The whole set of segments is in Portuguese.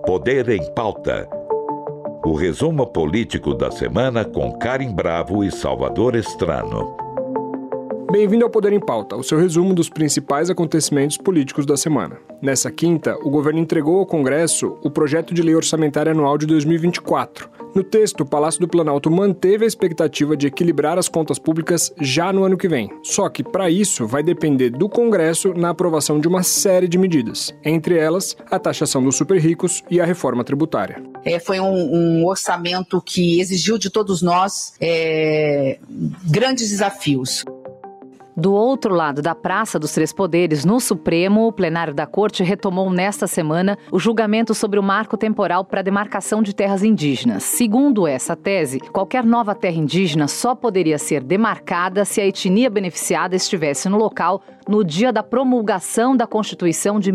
Poder em Pauta. O resumo político da semana com Karen Bravo e Salvador Estrano. Bem-vindo ao Poder em Pauta, o seu resumo dos principais acontecimentos políticos da semana. Nessa quinta, o governo entregou ao Congresso o projeto de lei orçamentária anual de 2024. No texto, o Palácio do Planalto manteve a expectativa de equilibrar as contas públicas já no ano que vem. Só que, para isso, vai depender do Congresso na aprovação de uma série de medidas, entre elas a taxação dos super-ricos e a reforma tributária. Foi um orçamento que exigiu de todos nós grandes desafios. Do outro lado da Praça dos Três Poderes, no Supremo, o plenário da Corte retomou nesta semana o julgamento sobre o marco temporal para a demarcação de terras indígenas. Segundo essa tese, qualquer nova terra indígena só poderia ser demarcada se a etnia beneficiada estivesse no local no dia da promulgação da Constituição de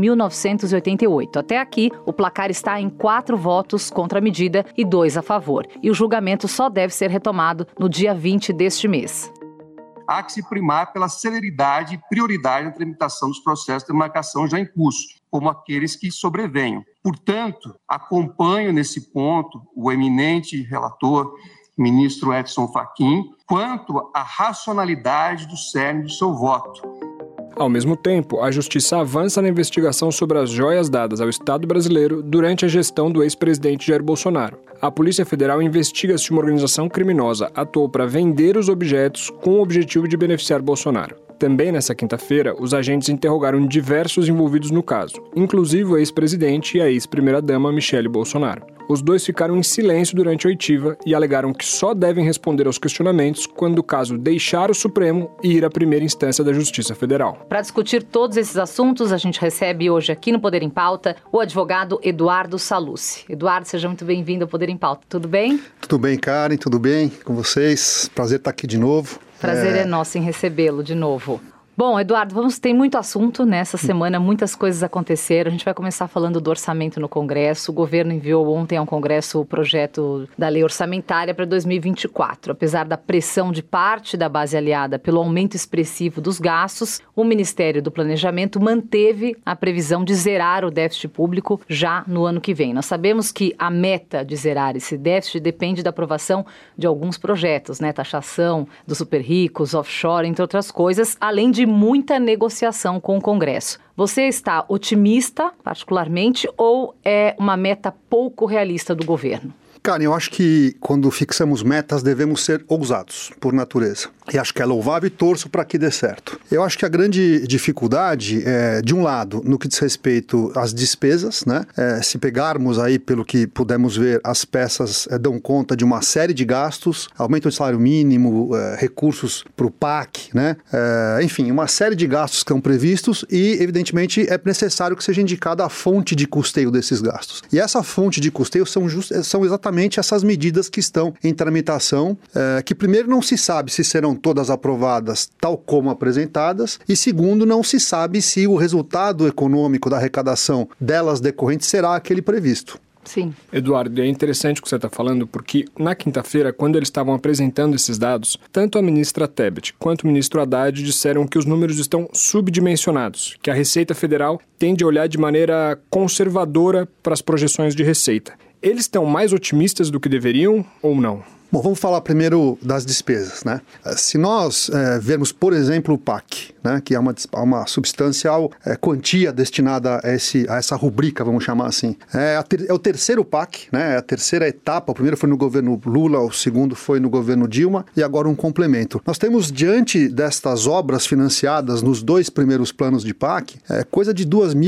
1988. Até aqui, o placar está em 4 votos contra a medida e 2 a favor. E o julgamento só deve ser retomado no dia 20 deste mês. Há que se primar pela celeridade e prioridade na tramitação dos processos de demarcação já em curso, como aqueles que sobrevenham. Portanto, acompanho nesse ponto o eminente relator, ministro Edson Fachin, quanto à racionalidade do cerne do seu voto. Ao mesmo tempo, a Justiça avança na investigação sobre as joias dadas ao Estado brasileiro durante a gestão do ex-presidente Jair Bolsonaro. A Polícia Federal investiga se uma organização criminosa atuou para vender os objetos com o objetivo de beneficiar Bolsonaro. Também nessa quinta-feira, os agentes interrogaram diversos envolvidos no caso, inclusive o ex-presidente e a ex-primeira-dama Michele Bolsonaro. Os dois ficaram em silêncio durante a oitiva e alegaram que só devem responder aos questionamentos quando o caso deixar o Supremo e ir à primeira instância da Justiça Federal. Para discutir todos esses assuntos, a gente recebe hoje aqui no Poder em Pauta o advogado Eduardo Sallucci. Eduardo, seja muito bem-vindo ao Poder em Pauta. Tudo bem? Tudo bem, Karen, tudo bem com vocês? Prazer estar aqui de novo. Prazer é nosso em recebê-lo de novo. Bom, Eduardo, tem muito assunto nessa semana, muitas coisas aconteceram. A gente vai começar falando do orçamento no Congresso. O governo enviou ontem ao Congresso o projeto da lei orçamentária para 2024. Apesar da pressão de parte da base aliada pelo aumento expressivo dos gastos, o Ministério do Planejamento manteve a previsão de zerar o déficit público já no ano que vem. Nós sabemos que a meta de zerar esse déficit depende da aprovação de alguns projetos, taxação dos super-ricos, offshore, entre outras coisas, além de muita negociação com o Congresso. Você está otimista, particularmente, ou é uma meta pouco realista do governo? Karen, eu acho que quando fixamos metas devemos ser ousados, por natureza. E acho que é louvável e torço para que dê certo. Eu acho que a grande dificuldade é, de um lado, no que diz respeito às despesas, se pegarmos aí, pelo que pudemos ver, as peças dão conta de uma série de gastos, aumento do salário mínimo, recursos para o PAC, enfim, uma série de gastos que estão previstos e, evidentemente, é necessário que seja indicada a fonte de custeio desses gastos. E essa fonte de custeio são exatamente essas medidas que estão em tramitação, que primeiro não se sabe se serão todas aprovadas tal como apresentadas, e segundo, não se sabe se o resultado econômico da arrecadação delas decorrente será aquele previsto. Sim. Eduardo, é interessante o que você está falando, porque na quinta-feira, quando eles estavam apresentando esses dados, tanto a ministra Tebet quanto o ministro Haddad disseram que os números estão subdimensionados, que a Receita Federal tende a olhar de maneira conservadora para as projeções de receita. Eles estão mais otimistas do que deveriam ou não? Bom, vamos falar primeiro das despesas, Se nós vermos, por exemplo, o PAC, que é uma substancial quantia destinada a essa rubrica, vamos chamar assim. É o terceiro PAC, é a terceira etapa. O primeiro foi no governo Lula, o segundo foi no governo Dilma e agora um complemento. Nós temos, diante destas obras financiadas nos 2 primeiros planos de PAC, coisa de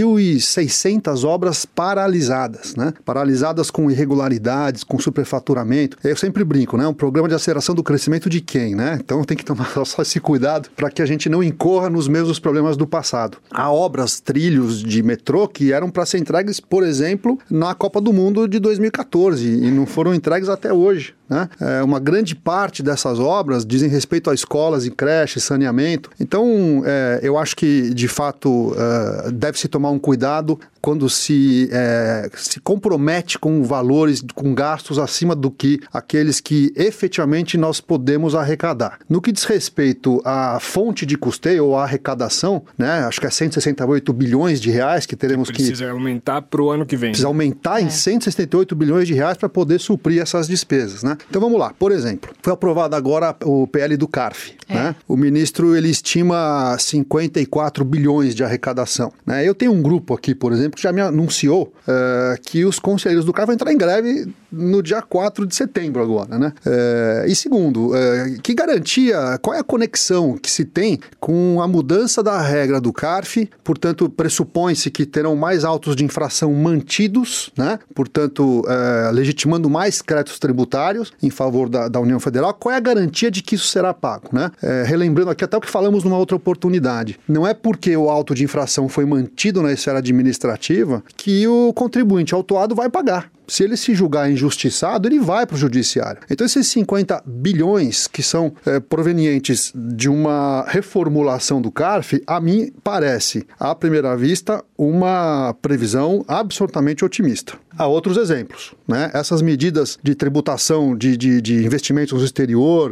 2.600 obras paralisadas, Paralisadas com irregularidades, com superfaturamento. Eu sempre brinco, um programa de aceleração do crescimento de quem, Então tem que tomar só esse cuidado para que a gente não incorra nos mesmos problemas do passado. Há obras, trilhos de metrô que eram para ser entregues, por exemplo, na Copa do Mundo de 2014 e não foram entregues até hoje. Uma grande parte dessas obras dizem respeito a escolas e creches, saneamento. Então, eu acho que, de fato, deve-se tomar um cuidado quando se compromete com valores, com gastos acima do que aqueles que efetivamente nós podemos arrecadar. No que diz respeito à fonte de custeio ou à arrecadação, né, acho que é 168 bilhões de reais que teremos que... Precisa aumentar para o ano que vem. Precisa aumentar em 168 bilhões de reais para poder suprir essas despesas, né? Então vamos lá, por exemplo, foi aprovado agora o PL do CARF, né? O ministro, ele estima 54 bilhões de arrecadação, né? Eu tenho um grupo aqui, por exemplo, que já me anunciou que os conselheiros do CARF vão entrar em greve no dia 4 de setembro agora, né? E segundo, que garantia, qual é a conexão que se tem com a mudança da regra do CARF? Portanto, pressupõe-se que terão mais autos de infração mantidos, né? Portanto, legitimando mais créditos tributários em favor da União Federal. Qual é a garantia de que isso será pago, né? Relembrando aqui até o que falamos numa outra oportunidade. Não é porque o auto de infração foi mantido na esfera administrativa que o contribuinte autuado vai pagar. Se ele se julgar injustiçado, ele vai para o judiciário. Então, esses 50 bilhões que são provenientes de uma reformulação do CARF, a mim parece, à primeira vista, uma previsão absolutamente otimista. Há outros exemplos, né? Essas medidas de tributação de investimentos no exterior...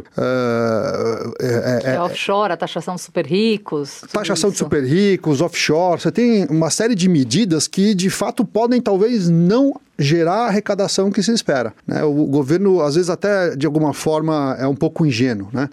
offshore, a taxação de super ricos... Taxação de super ricos, offshore... Você tem uma série de medidas que, de fato, podem talvez não gerar a arrecadação que se espera, né? O governo, às vezes, até de alguma forma é um pouco ingênuo, né?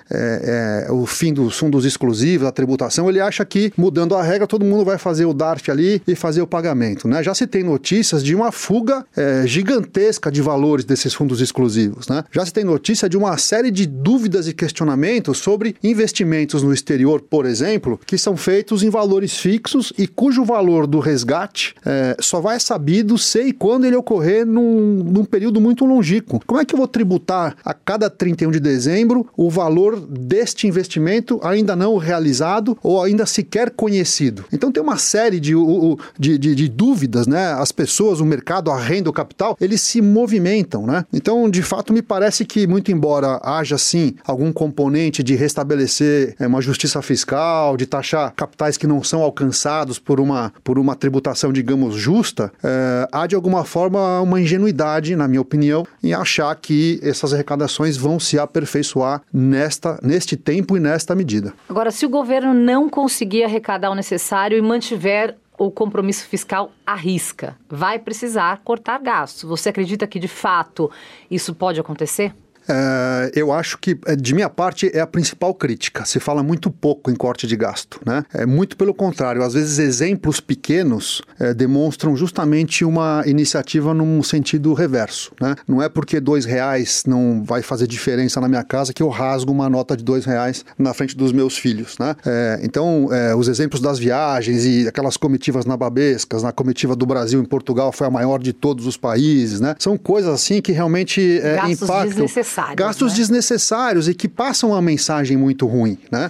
O fim dos fundos exclusivos, a tributação, ele acha que, mudando a regra, todo mundo vai fazer o DARF ali e fazer o pagamento, né? Já se tem notícias de uma fuga gigantesca de valores desses fundos exclusivos, né? Já se tem notícia de uma série de dúvidas e questionamentos sobre investimentos no exterior, por exemplo, que são feitos em valores fixos e cujo valor do resgate só vai sabido se e quando ele ocorrer num período muito longínquo. Como é que eu vou tributar a cada 31 de dezembro o valor deste investimento ainda não realizado ou ainda sequer conhecido? Então tem uma série de dúvidas, né? As pessoas, o mercado, a renda, o capital, eles se movimentam, né? Então, de fato, me parece que, muito embora haja, sim, algum componente de restabelecer uma justiça fiscal, de taxar capitais que não são alcançados por uma tributação, digamos, justa, há, de alguma forma, uma ingenuidade, na minha opinião, em achar que essas arrecadações vão se aperfeiçoar neste tempo e nesta medida. Agora, se o governo não conseguir arrecadar o necessário e mantiver o compromisso fiscal à risca, vai precisar cortar gastos. Você acredita que, de fato, isso pode acontecer? Eu acho que, de minha parte, é a principal crítica. Se fala muito pouco em corte de gasto, né? Muito pelo contrário. Às vezes, exemplos pequenos demonstram justamente uma iniciativa num sentido reverso, né? Não é porque R$2 não vai fazer diferença na minha casa que eu rasgo uma nota de R$2 na frente dos meus filhos, né? Então, os exemplos das viagens e aquelas comitivas nababescas, na comitiva do Brasil em Portugal foi a maior de todos os países, né? São coisas assim que realmente impactam. Gastos desnecessários e que passam uma mensagem muito ruim, né?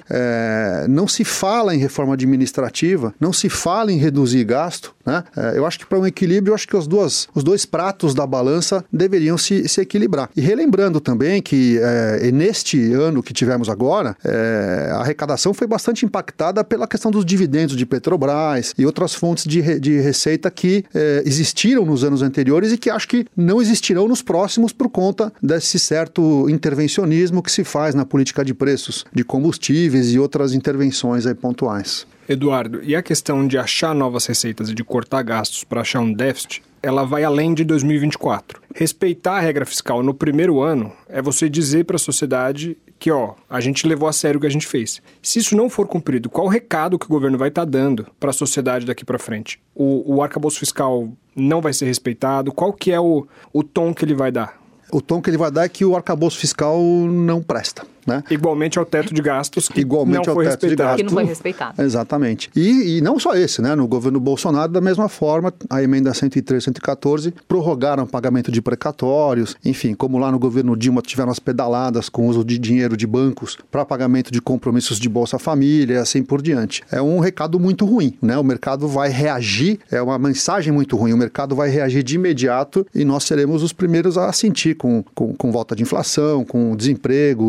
Não se fala em reforma administrativa, não se fala em reduzir gasto, né? Eu acho que para um equilíbrio, eu acho que os dois pratos da balança deveriam se equilibrar. E relembrando também que neste ano que tivemos agora, a arrecadação foi bastante impactada pela questão dos dividendos de Petrobras e outras fontes de receita que existiram nos anos anteriores e que acho que não existirão nos próximos por conta desse certo intervencionismo que se faz na política de preços de combustíveis e outras intervenções aí pontuais. Eduardo, e a questão de achar novas receitas e de cortar gastos para achar um déficit, ela vai além de 2024. Respeitar a regra fiscal no primeiro ano é você dizer para a sociedade que, a gente levou a sério o que a gente fez. Se isso não for cumprido, qual o recado que o governo vai estar dando para a sociedade daqui para frente? O arcabouço fiscal não vai ser respeitado? Qual que é o tom que ele vai dar? O tom que ele vai dar é que o arcabouço fiscal não presta, né? Igualmente ao teto de gastos que Igualmente não foi respeitado. Que não foi respeitado. Exatamente. E não só esse, né? No governo Bolsonaro, da mesma forma, a emenda 103, 114 prorrogaram o pagamento de precatórios, enfim, como lá no governo Dilma tiveram as pedaladas com o uso de dinheiro de bancos para pagamento de compromissos de Bolsa Família e assim por diante. É um recado muito ruim, né? O mercado vai reagir, é uma mensagem muito ruim, o mercado vai reagir de imediato e nós seremos os primeiros a sentir com volta de inflação, com desemprego e, enfim,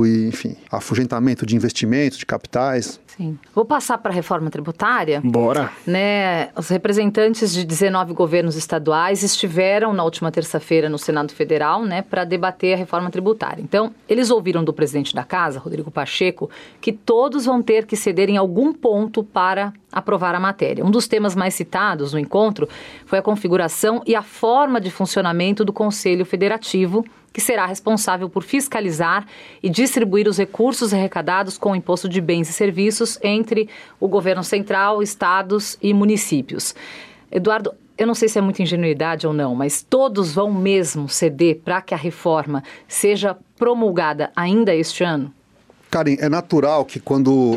enfim, afugentamento de investimentos, de capitais. Sim. Vou passar para a reforma tributária. Bora! Né, os representantes de 19 governos estaduais estiveram na última terça-feira no Senado Federal, né, para debater a reforma tributária. Então, eles ouviram do presidente da Casa, Rodrigo Pacheco, que todos vão ter que ceder em algum ponto para aprovar a matéria. Um dos temas mais citados no encontro foi a configuração e a forma de funcionamento do Conselho Federativo, que será responsável por fiscalizar e distribuir os recursos arrecadados com o imposto de bens e serviços entre o governo central, estados e municípios. Eduardo, eu não sei se é muita ingenuidade ou não, mas todos vão mesmo ceder para que a reforma seja promulgada ainda este ano? Karen, é natural que quando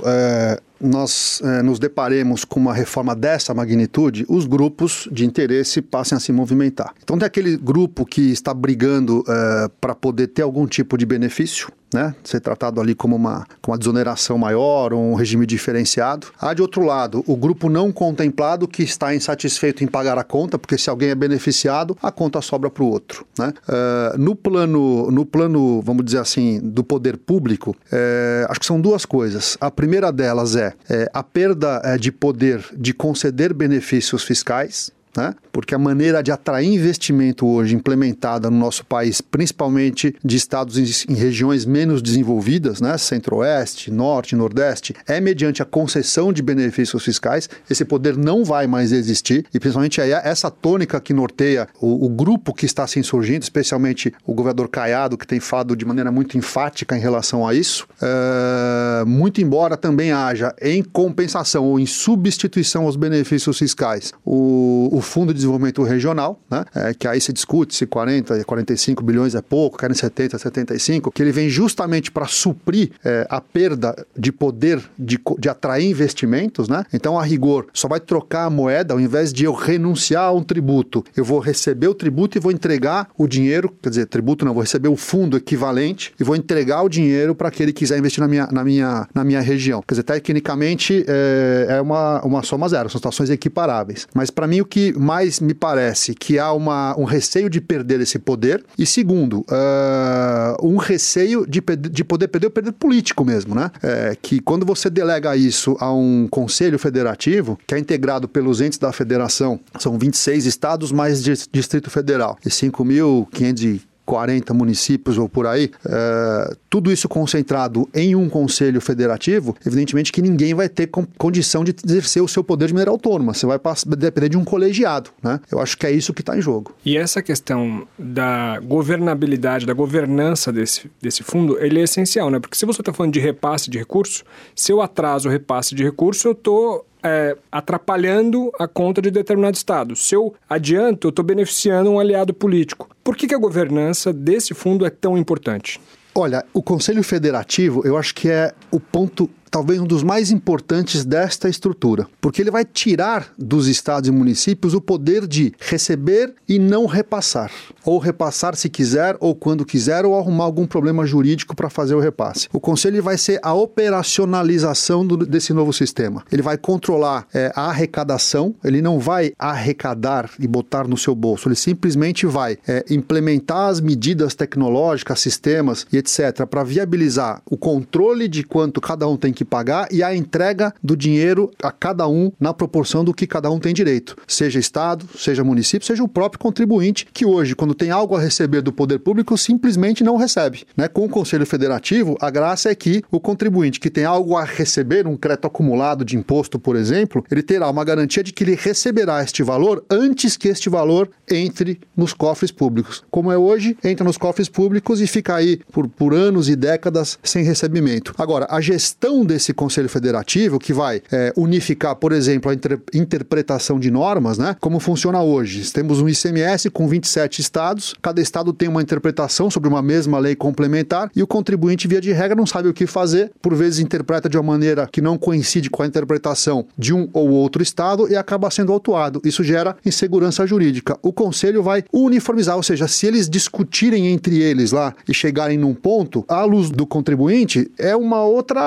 nós nos deparemos com uma reforma dessa magnitude, os grupos de interesse passem a se movimentar. Então tem aquele grupo que está brigando para poder ter algum tipo de benefício, né? Ser tratado ali como uma desoneração maior, um regime diferenciado. Há, de outro lado, o grupo não contemplado que está insatisfeito em pagar a conta, porque se alguém é beneficiado, a conta sobra para o outro, né? No plano, vamos dizer assim, do poder público, acho que são duas coisas. A primeira delas é a perda de poder de conceder benefícios fiscais, né? Porque a maneira de atrair investimento hoje implementada no nosso país, principalmente de estados em regiões menos desenvolvidas, né? Centro-Oeste, Norte, Nordeste, é mediante a concessão de benefícios fiscais. Esse poder não vai mais existir e principalmente é essa tônica que norteia o grupo que está se insurgindo, especialmente o governador Caiado, que tem falado de maneira muito enfática em relação a isso. Muito embora também haja em compensação ou em substituição aos benefícios fiscais o Fundo de Desenvolvimento Regional, né? Que aí se discute se 40, 45 bilhões é pouco, querem 70, 75, que ele vem justamente para suprir a perda de poder de atrair investimentos, né? Então, a rigor, só vai trocar a moeda, ao invés de eu renunciar a um tributo, eu vou receber o tributo e vou entregar o dinheiro, quer dizer, tributo não, vou receber o fundo equivalente e vou entregar o dinheiro para aquele que quiser investir na minha região. Quer dizer, tecnicamente é uma soma zero, são situações equiparáveis. Mas para mim o que mais me parece que há um receio de perder esse poder e segundo, um receio de poder perder o poder político mesmo, né? Que quando você delega isso a um conselho federativo, que é integrado pelos entes da federação, são 26 estados mais Distrito Federal e 5.540 municípios ou por aí, tudo isso concentrado em um conselho federativo, evidentemente que ninguém vai ter condição de exercer o seu poder de maneira autônoma. Você vai depender de um colegiado, né? Eu acho que é isso que está em jogo. E essa questão da governabilidade, da governança desse fundo, ele é essencial, né? Porque se você está falando de repasse de recurso, se eu atraso o repasse de recurso, eu estou atrapalhando a conta de determinado estado. Se eu adianto, eu estou beneficiando um aliado político. Por que a governança desse fundo é tão importante? Olha, o Conselho Federativo, eu acho que é o ponto, talvez um dos mais importantes desta estrutura, porque ele vai tirar dos estados e municípios o poder de receber e não repassar, ou repassar se quiser, ou quando quiser, ou arrumar algum problema jurídico para fazer o repasse. O Conselho vai ser a operacionalização desse novo sistema. Ele vai controlar a arrecadação, ele não vai arrecadar e botar no seu bolso, ele simplesmente vai implementar as medidas tecnológicas, sistemas e etc., para viabilizar o controle de quanto cada um tem que pagar e a entrega do dinheiro a cada um na proporção do que cada um tem direito. Seja Estado, seja município, seja o próprio contribuinte, que hoje, quando tem algo a receber do poder público, simplesmente não recebe, né? Com o Conselho Federativo, a graça é que o contribuinte que tem algo a receber, um crédito acumulado de imposto, por exemplo, ele terá uma garantia de que ele receberá este valor antes que este valor entre nos cofres públicos. Como é hoje, entra nos cofres públicos e fica aí por anos e décadas sem recebimento. Agora, a gestão desse Conselho Federativo, que vai unificar, por exemplo, a interpretação de normas, né? Como funciona hoje. Temos um ICMS com 27 estados, cada estado tem uma interpretação sobre uma mesma lei complementar e o contribuinte, via de regra, não sabe o que fazer, por vezes interpreta de uma maneira que não coincide com a interpretação de um ou outro estado e acaba sendo autuado. Isso gera insegurança jurídica. O Conselho vai uniformizar, ou seja, se eles discutirem entre eles lá e chegarem num ponto, à luz do contribuinte, é uma outra coisa,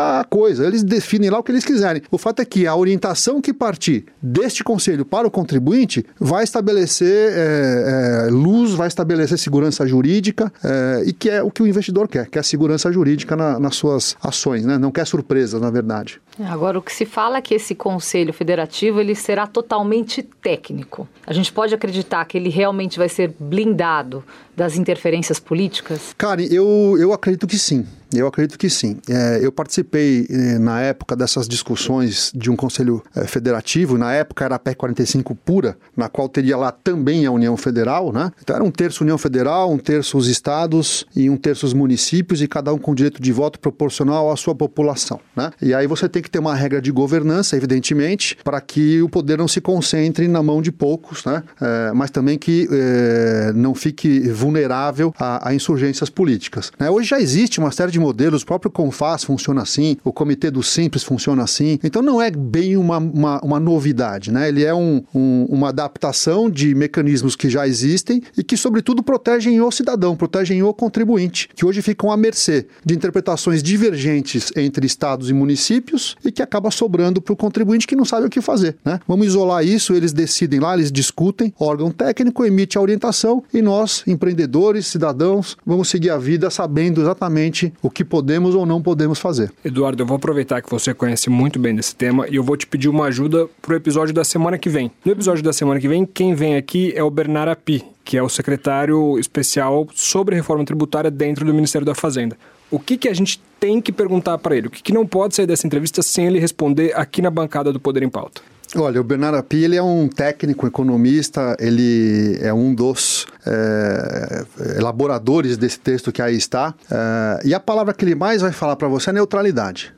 coisa, eles definem lá o que eles quiserem. O fato é que a orientação que partir deste conselho para o contribuinte vai estabelecer luz, vai estabelecer segurança jurídica, e que é o que o investidor quer a segurança jurídica nas suas ações, né? Não quer surpresa, na verdade. Agora, o que se fala é que esse Conselho Federativo ele será totalmente técnico. A gente pode acreditar que ele realmente vai ser blindado das interferências políticas? Karen, eu acredito que sim. Eu participei, na época, dessas discussões de um conselho federativo. Na época era a PEC 45 pura, na qual teria lá também a União Federal, né? Então era um terço União Federal, um terço os estados e um terço os municípios, e cada um com direito de voto proporcional à sua população, né? E aí você tem que ter uma regra de governança, evidentemente, para que o poder não se concentre na mão de poucos, né? Mas também que não fique vulnerável a insurgências políticas, né? Hoje já existe uma série de modelos, o próprio CONFAS funciona assim, o Comitê do Simples funciona assim, então não é bem uma novidade, né? Ele é uma adaptação de mecanismos que já existem e que, sobretudo, protegem o cidadão, protegem o contribuinte, que hoje ficam à mercê de interpretações divergentes entre estados e municípios e que acaba sobrando para o contribuinte que não sabe o que fazer, né? Vamos isolar isso, eles decidem lá, eles discutem, o órgão técnico emite a orientação e nós, empreendedores, cidadãos, vamos seguir a vida sabendo exatamente o que podemos ou não podemos fazer. Eduardo, eu vou aproveitar que você conhece muito bem desse tema e eu vou te pedir uma ajuda para o episódio da semana que vem. No episódio da semana que vem, quem vem aqui é o Bernard Api, que é o secretário especial sobre reforma tributária dentro do Ministério da Fazenda. O que a gente tem que perguntar para ele? O que não pode sair dessa entrevista sem ele responder aqui na bancada do Poder em Pauta? Olha, o Bernard Api, ele é um técnico economista, ele é um dos elaboradores desse texto que aí está, e a palavra que ele mais vai falar para você é neutralidade.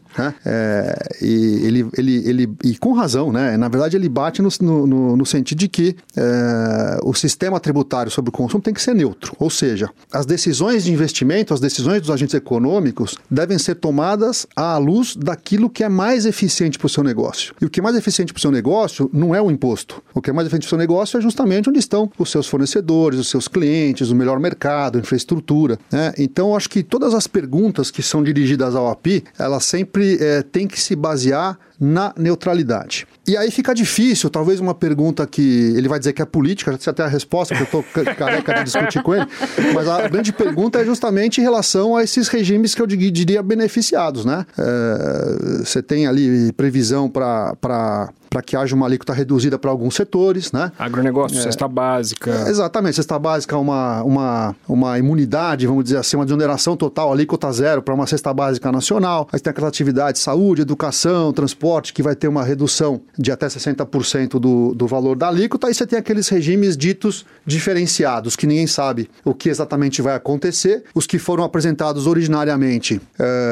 E com razão, né? Na verdade, ele bate no sentido de que o sistema tributário sobre o consumo tem que ser neutro. Ou seja, as decisões de investimento, as decisões dos agentes econômicos devem ser tomadas à luz daquilo que é mais eficiente para o seu negócio. E o que é mais eficiente para o seu negócio não é o imposto. O que é mais eficiente para o seu negócio é justamente onde estão os seus fornecedores, os seus clientes, o melhor mercado, a infraestrutura, né? Então, acho que todas as perguntas que são dirigidas ao API, elas sempre tem que se basear na neutralidade. E aí fica difícil, talvez uma pergunta que ele vai dizer que é política, já tem a resposta, porque eu estou careca de discutir com ele, mas a grande pergunta é justamente em relação a esses regimes que eu diria beneficiados, né? Você tem ali previsão para que haja uma alíquota reduzida para alguns setores, né? Agronegócio, cesta básica. Exatamente, cesta básica, uma imunidade, vamos dizer assim, uma desoneração total, alíquota zero para uma cesta básica nacional. Aí tem aquelas atividades, saúde, educação, transporte, que vai ter uma redução de até 60% do valor da alíquota. Aí você tem aqueles regimes ditos diferenciados, que ninguém sabe o que exatamente vai acontecer. Os que foram apresentados originariamente,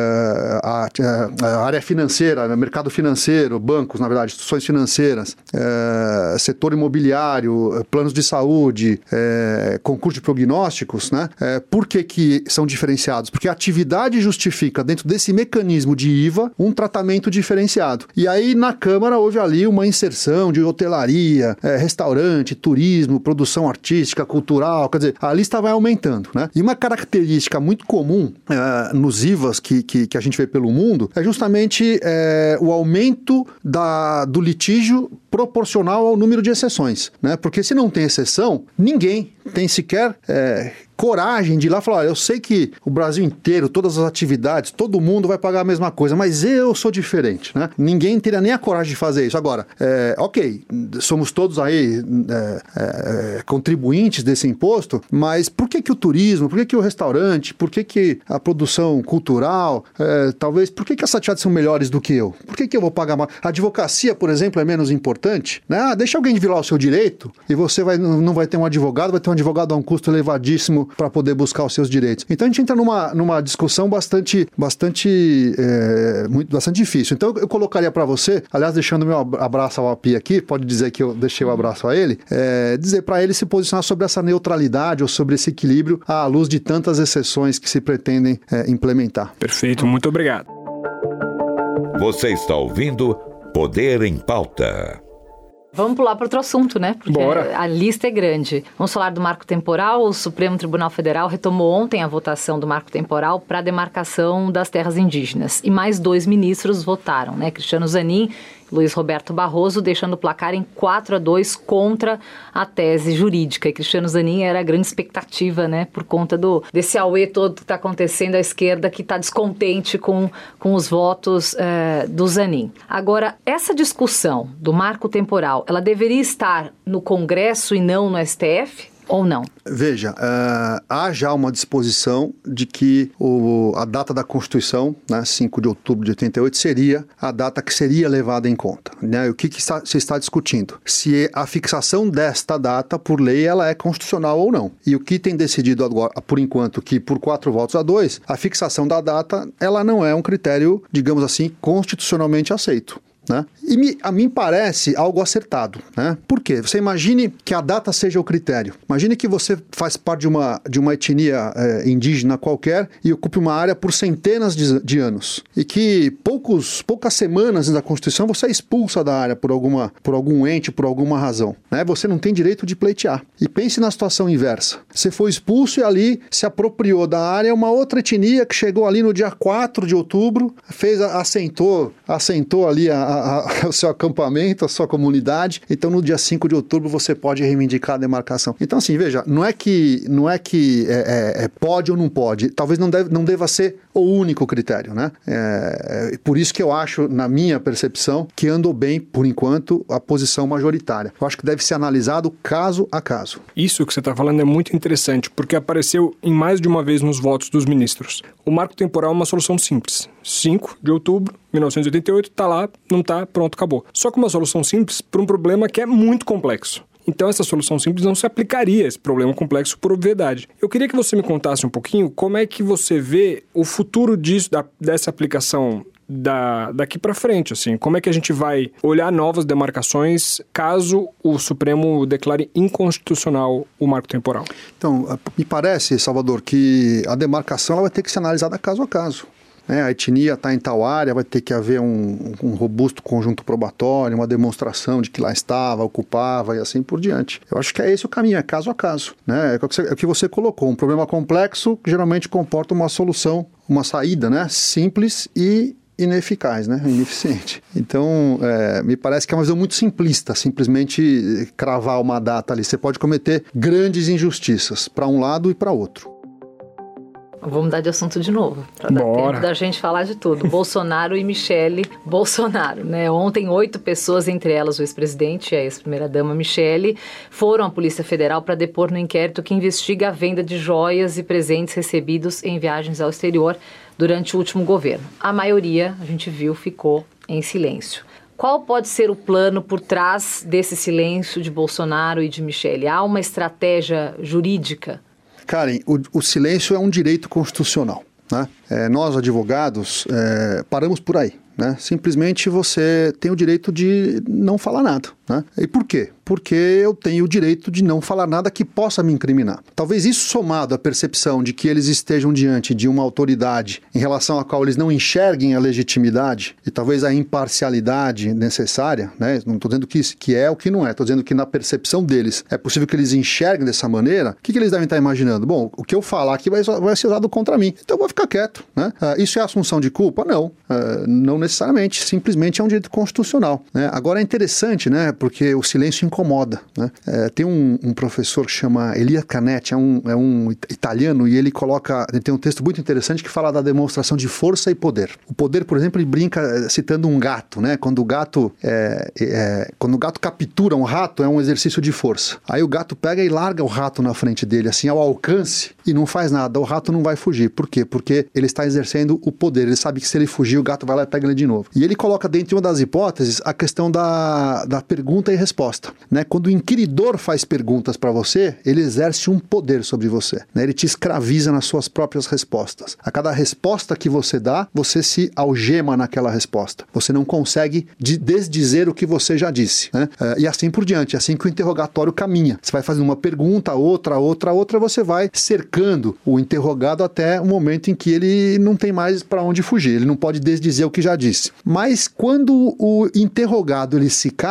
a área financeira, mercado financeiro, bancos, na verdade, instituições financeiras, setor imobiliário, planos de saúde, concurso de prognósticos, né? Por que são diferenciados? Porque a atividade justifica, dentro desse mecanismo de IVA, um tratamento diferenciado. E aí, na Câmara, houve ali uma inserção de hotelaria, restaurante, turismo, produção artística, cultural, quer dizer, a lista vai aumentando, né? E uma característica muito comum nos IVAs que a gente vê pelo mundo é justamente o aumento do litígio proporcional ao número de exceções, né? Porque se não tem exceção, ninguém tem sequer coragem de ir lá e falar, olha, eu sei que o Brasil inteiro, todas as atividades, todo mundo vai pagar a mesma coisa, mas eu sou diferente, né? Ninguém teria nem a coragem de fazer isso. Agora, ok, somos todos aí contribuintes desse imposto, mas por que o turismo, por que o restaurante, por que a produção cultural, talvez, por que essas atividades são melhores do que eu? Por que eu vou pagar mais? A advocacia, por exemplo, é menos importante, né? Deixa alguém violar o seu direito e você não vai ter um advogado, vai ter um advogado a um custo elevadíssimo para poder buscar os seus direitos. Então a gente entra numa discussão bastante difícil. Então eu colocaria para você, aliás, deixando meu abraço ao API aqui, pode dizer que eu deixei o abraço a ele, dizer para ele se posicionar sobre essa neutralidade ou sobre esse equilíbrio à luz de tantas exceções que se pretendem implementar. Perfeito, muito obrigado. Você está ouvindo Poder em Pauta. Vamos pular para outro assunto, né? Porque Bora. A lista é grande. Vamos falar do marco temporal. O Supremo Tribunal Federal retomou ontem a votação do marco temporal para a demarcação das terras indígenas. E mais 2 ministros votaram, né? Cristiano Zanin e Luiz Roberto Barroso, deixando o placar em 4-2 contra a tese jurídica. E Cristiano Zanin era a grande expectativa, né? Por conta desse auê todo que está acontecendo à esquerda, que está descontente com os votos do Zanin. Agora, essa discussão do marco temporal, ela deveria estar no Congresso e não no STF? Ou não? Veja, há já uma disposição de que a data da Constituição, né, 5 de outubro de 88, seria a data que seria levada em conta. Né? O que se está discutindo? Se a fixação desta data, por lei, ela é constitucional ou não. E o que tem decidido agora, por enquanto, que por 4-2, a fixação da data, ela não é um critério, digamos assim, constitucionalmente aceito. Né? E a mim parece algo acertado. Né? Por quê? Você imagine que a data seja o critério. Imagine que você faz parte de uma etnia indígena qualquer e ocupe uma área por centenas de anos. E que poucas semanas antes da Constituição você é expulsa da área por algum ente, por alguma razão. Né? Você não tem direito de pleitear. E pense na situação inversa. Você foi expulso e ali se apropriou da área uma outra etnia que chegou ali no dia 4 de outubro, assentou ali o seu acampamento, a sua comunidade. Então, no dia 5 de outubro, você pode reivindicar a demarcação. Então, assim, veja, não é que pode ou não pode. Talvez não deva ser o único critério, né? Por isso que eu acho, na minha percepção, que andou bem, por enquanto, a posição majoritária. Eu acho que deve ser analisado caso a caso. Isso que você está falando é muito interessante, porque apareceu em mais de uma vez nos votos dos ministros. O marco temporal é uma solução simples. 5 de outubro, 1988, está lá, não está, pronto, acabou. Só que uma solução simples para um problema que é muito complexo. Então, essa solução simples não se aplicaria a esse problema complexo por obviedade. Eu queria que você me contasse um pouquinho como é que você vê o futuro dessa aplicação daqui para frente, assim. Como é que a gente vai olhar novas demarcações caso o Supremo declare inconstitucional o marco temporal? Então, me parece, Salvador, que a demarcação ela vai ter que ser analisada caso a caso. A etnia está em tal área, vai ter que haver um robusto conjunto probatório, uma demonstração de que lá estava, ocupava e assim por diante. Eu acho que é esse o caminho, é caso a caso. Né? É o que você colocou, um problema complexo que geralmente comporta uma solução, uma saída, né? Simples e ineficaz, né? Ineficiente. Então, me parece que é uma visão muito simplista, simplesmente cravar uma data ali. Você pode cometer grandes injustiças para um lado e para outro. Vou mudar de assunto de novo, para dar tempo da gente falar de tudo. Bolsonaro e Michele Bolsonaro, né? Ontem, 8 pessoas, entre elas o ex-presidente e a ex-primeira-dama Michele, foram à Polícia Federal para depor no inquérito que investiga a venda de joias e presentes recebidos em viagens ao exterior durante o último governo. A maioria, a gente viu, ficou em silêncio. Qual pode ser o plano por trás desse silêncio de Bolsonaro e de Michele? Há uma estratégia jurídica? Karen, o silêncio é um direito constitucional. Né? Nós, advogados, paramos por aí. Né? Simplesmente você tem o direito de não falar nada. Né? E por quê? Porque eu tenho o direito de não falar nada que possa me incriminar. Talvez isso somado à percepção de que eles estejam diante de uma autoridade em relação à qual eles não enxerguem a legitimidade e talvez a imparcialidade necessária, né? Não estou dizendo que é o que não é, estou dizendo que na percepção deles é possível que eles enxerguem dessa maneira. O que eles devem estar imaginando? Bom, o que eu falar aqui vai ser usado contra mim, então eu vou ficar quieto. Né? Isso é assunção de culpa? Não. Não necessariamente, simplesmente é um direito constitucional. Né? Agora é interessante, né? Porque o silêncio incomoda. Né? Tem um professor que chama Elia Canetti, é um italiano, e ele tem um texto muito interessante que fala da demonstração de força e poder. O poder, por exemplo, ele brinca citando um gato, né? Quando o gato captura um rato, é um exercício de força. Aí o gato pega e larga o rato na frente dele, assim, ao alcance, e não faz nada. O rato não vai fugir. Por quê? Porque ele está exercendo o poder. Ele sabe que se ele fugir, o gato vai lá e pega ele de novo. E ele coloca dentro de uma das hipóteses a questão da pergunta e resposta. Né? Quando o inquiridor faz perguntas para você, ele exerce um poder sobre você. Né? Ele te escraviza nas suas próprias respostas. A cada resposta que você dá, você se algema naquela resposta. Você não consegue desdizer o que você já disse. Né? E assim por diante. É assim que o interrogatório caminha. Você vai fazendo uma pergunta, outra, você vai cercando o interrogado até o momento em que ele não tem mais para onde fugir. Ele não pode desdizer o que já disse. Mas quando o interrogado ele se cala, ele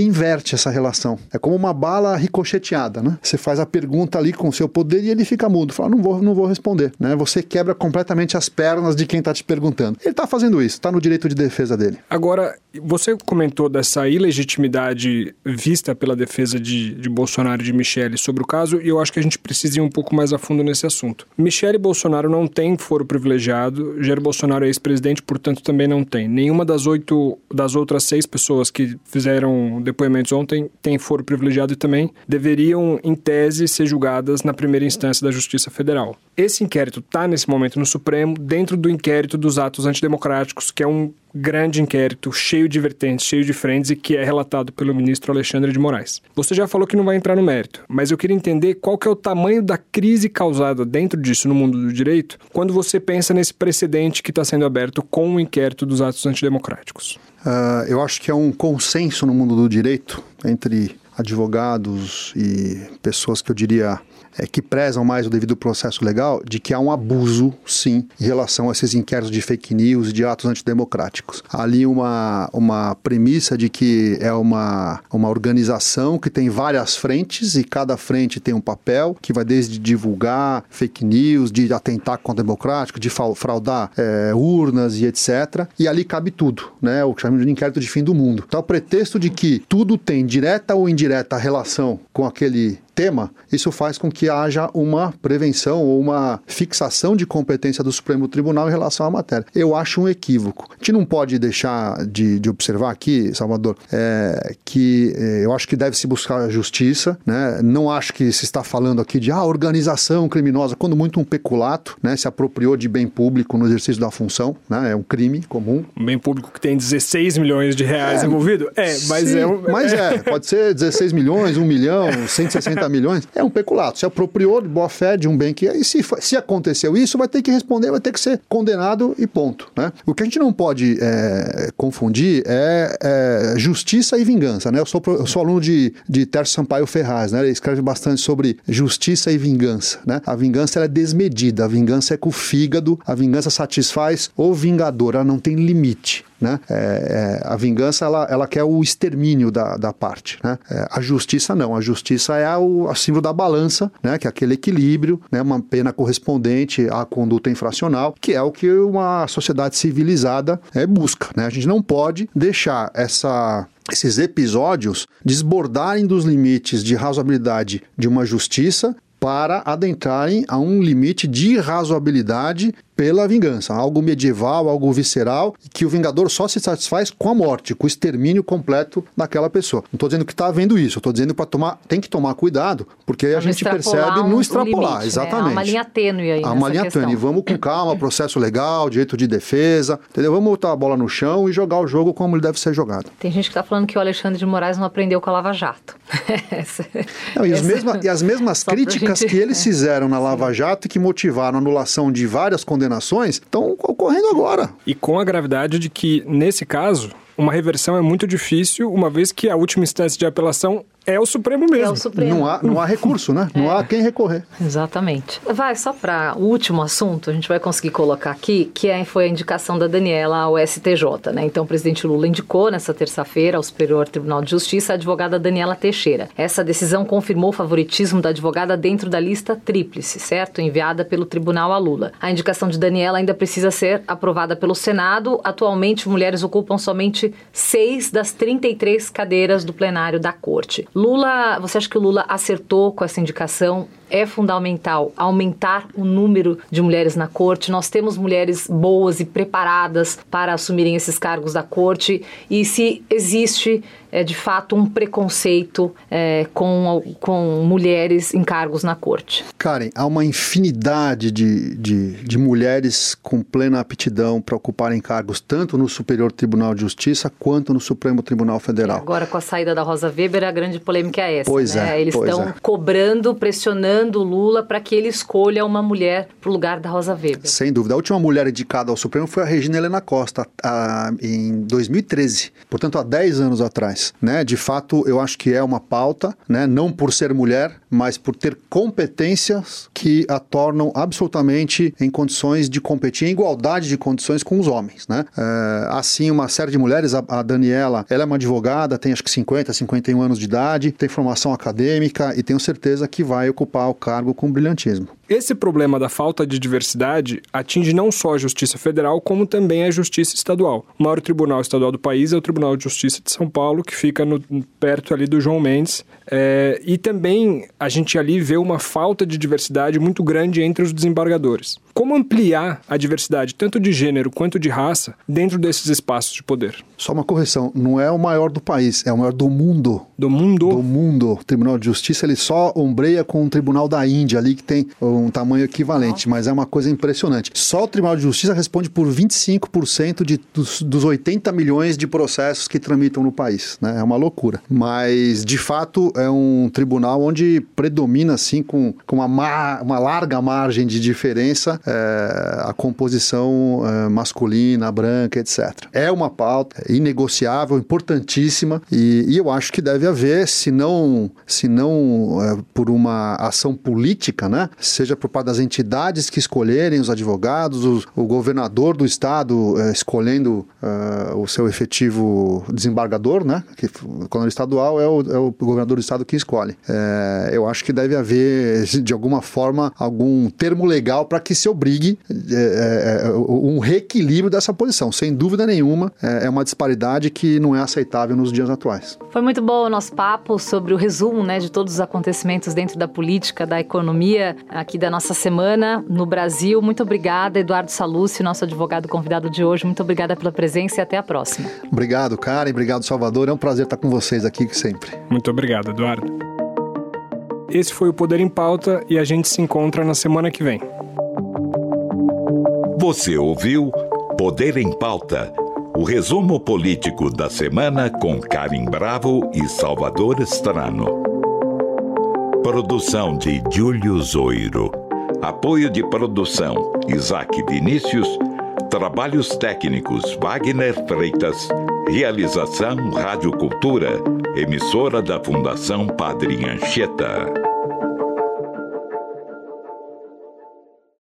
inverte essa relação. É como uma bala ricocheteada, né? Você faz a pergunta ali com o seu poder e ele fica mudo. Fala, não vou responder, né? Você quebra completamente as pernas de quem está te perguntando. Ele está fazendo isso, está no direito de defesa dele. Agora, você comentou dessa ilegitimidade vista pela defesa de Bolsonaro e de Michele sobre o caso, e eu acho que a gente precisa ir um pouco mais a fundo nesse assunto. Michele Bolsonaro não tem foro privilegiado, Jair Bolsonaro é ex-presidente, portanto também não tem. Nenhuma das outras 6 pessoas que fizeram depoimentos ontem tem foro privilegiado e também deveriam, em tese, ser julgadas na primeira instância da Justiça Federal. Esse inquérito está, nesse momento, no Supremo, dentro do inquérito dos atos antidemocráticos, que é um grande inquérito, cheio de vertentes, cheio de frentes e que é relatado pelo ministro Alexandre de Moraes. Você já falou que não vai entrar no mérito, mas eu queria entender qual que é o tamanho da crise causada dentro disso no mundo do direito quando você pensa nesse precedente que está sendo aberto com o inquérito dos atos antidemocráticos. Eu acho que é um consenso no mundo do direito entre advogados e pessoas que eu diria que prezam mais o devido processo legal, de que há um abuso, sim, em relação a esses inquéritos de fake news e de atos antidemocráticos. Há ali uma premissa de que é uma organização que tem várias frentes e cada frente tem um papel que vai desde divulgar fake news, de atentar contra o democrático, de fraudar urnas e etc. E ali cabe tudo, né? O que chamamos de inquérito de fim do mundo. Então, o pretexto de que tudo tem direta ou indireta relação com aquele tema, isso faz com que haja uma prevenção ou uma fixação de competência do Supremo Tribunal em relação à matéria. Eu acho um equívoco. A gente não pode deixar de observar aqui, Salvador, que eu acho que deve se buscar a justiça, né? Não acho que se está falando aqui de organização criminosa, quando muito um peculato, né? Se apropriou de bem público no exercício da função, né? É um crime comum. Um bem público que tem 16 milhões de reais envolvido? Mas sim, pode ser 16 milhões, 1 milhão, 160 milhões, é um peculato. Se apropriou de boa fé de um bem que... E se aconteceu isso, vai ter que responder, vai ter que ser condenado e ponto, né? O que a gente não pode confundir é justiça e vingança, né? Eu sou aluno de Tércio Sampaio Ferraz, né? Ele escreve bastante sobre justiça e vingança, né? A vingança ela é desmedida, a vingança é com o fígado, a vingança satisfaz o vingador, ela não tem limite, né? A vingança ela quer o extermínio da parte, né? A justiça não, a justiça é o símbolo da balança, né? Que é aquele equilíbrio, né? Uma pena correspondente à conduta infracional, que é o que uma sociedade civilizada busca, né? A gente não pode deixar esses episódios desbordarem dos limites de razoabilidade de uma justiça para adentrarem a um limite de irrazoabilidade pela vingança, algo medieval, algo visceral, que o vingador só se satisfaz com a morte, com o extermínio completo daquela pessoa. Não estou dizendo que está havendo isso, estou dizendo que tem que tomar cuidado, porque a gente percebe no extrapolar, limite, exatamente. Né? Há uma linha tênue aí. Há uma linha tênue. Vamos com calma, processo legal, direito de defesa, entendeu? Vamos botar a bola no chão e jogar o jogo como ele deve ser jogado. Tem gente que está falando que o Alexandre de Moraes não aprendeu com a Lava Jato. E as mesmas críticas que eles fizeram na Lava Jato e que motivaram a anulação de várias condenações estão ocorrendo agora. E com a gravidade de que, nesse caso, uma reversão é muito difícil, uma vez que a última instância de apelação é o Supremo mesmo. É o Supremo. Não há recurso, né? Não há quem recorrer. Exatamente. Só para o último assunto, a gente vai conseguir colocar aqui, que foi a indicação da Daniela ao STJ, né? Então, o presidente Lula indicou nessa terça-feira ao Superior Tribunal de Justiça a advogada Daniela Teixeira. Essa decisão confirmou o favoritismo da advogada dentro da lista tríplice, certo? Enviada pelo tribunal a Lula. A indicação de Daniela ainda precisa ser aprovada pelo Senado. Atualmente, mulheres ocupam somente 6 das 33 cadeiras do plenário da Corte. Você acha que o Lula acertou com essa indicação? É fundamental aumentar o número de mulheres na corte. Nós temos mulheres boas e preparadas para assumirem esses cargos da corte. E se existe, de fato, um preconceito com mulheres em cargos na corte? Karen, há uma infinidade de mulheres com plena aptidão para ocuparem cargos tanto no Superior Tribunal de Justiça quanto no Supremo Tribunal Federal. Agora, com a saída da Rosa Weber, a grande polêmica é essa, Pois né? é, Eles estão cobrando, pressionando pressionando o Lula para que ele escolha uma mulher para o lugar da Rosa Weber. Sem dúvida. A última mulher indicada ao Supremo foi a Regina Helena Costa, em 2013, portanto há 10 anos atrás. Né? De fato, eu acho que é uma pauta, né? Não por ser mulher, mas por ter competências que a tornam absolutamente em condições de competir em igualdade de condições com os homens. Né? Assim, uma série de mulheres, a Daniela, ela é uma advogada, tem acho que 50, 51 anos de idade, tem formação acadêmica e tenho certeza que vai ocupar o cargo com brilhantismo. Esse problema da falta de diversidade atinge não só a Justiça Federal, como também a Justiça Estadual. O maior tribunal estadual do país é o Tribunal de Justiça de São Paulo, que fica perto ali do João Mendes. E também a gente ali vê uma falta de diversidade muito grande entre os desembargadores. Como ampliar a diversidade, tanto de gênero quanto de raça, dentro desses espaços de poder? Só uma correção, não é o maior do país, é o maior do mundo. Do mundo? Do mundo. O Tribunal de Justiça, ele só ombreia com o Tribunal da Índia ali, que tem um tamanho equivalente, mas é uma coisa impressionante. Só o Tribunal de Justiça responde por 25% dos 80 milhões de processos que tramitam no país, né? É uma loucura. Mas, de fato, é um tribunal onde predomina, assim, com uma larga margem de diferença, a composição masculina, branca, etc. É uma pauta inegociável, importantíssima, e eu acho que deve haver, se não por uma ação política, né? Seja por parte das entidades que escolherem os advogados, o governador do estado escolhendo o seu efetivo desembargador, né? Que, quando é estadual, é o governador do estado que escolhe. Eu acho que deve haver, de alguma forma, algum termo legal para que se obrigue um reequilíbrio dessa posição. Sem dúvida nenhuma, é uma disparidade que não é aceitável nos dias atuais. Foi muito bom o nosso papo sobre o resumo, né, de todos os acontecimentos dentro da política, da economia, aqui da nossa semana no Brasil. Muito obrigada, Eduardo Salúcio, nosso advogado convidado de hoje. Muito obrigada pela presença e até a próxima. Obrigado, Karen. Obrigado, Salvador. É um prazer estar com vocês aqui sempre. Muito obrigado, Eduardo. Esse foi o Poder em Pauta e a gente se encontra na semana que vem. Você ouviu Poder em Pauta, o resumo político da semana com Karen Bravo e Salvador Strano. Produção de Júlio Zoiro. Apoio de produção Isaac Vinícius. Trabalhos técnicos Wagner Freitas. Realização Rádio Cultura, emissora da Fundação Padre Anchieta.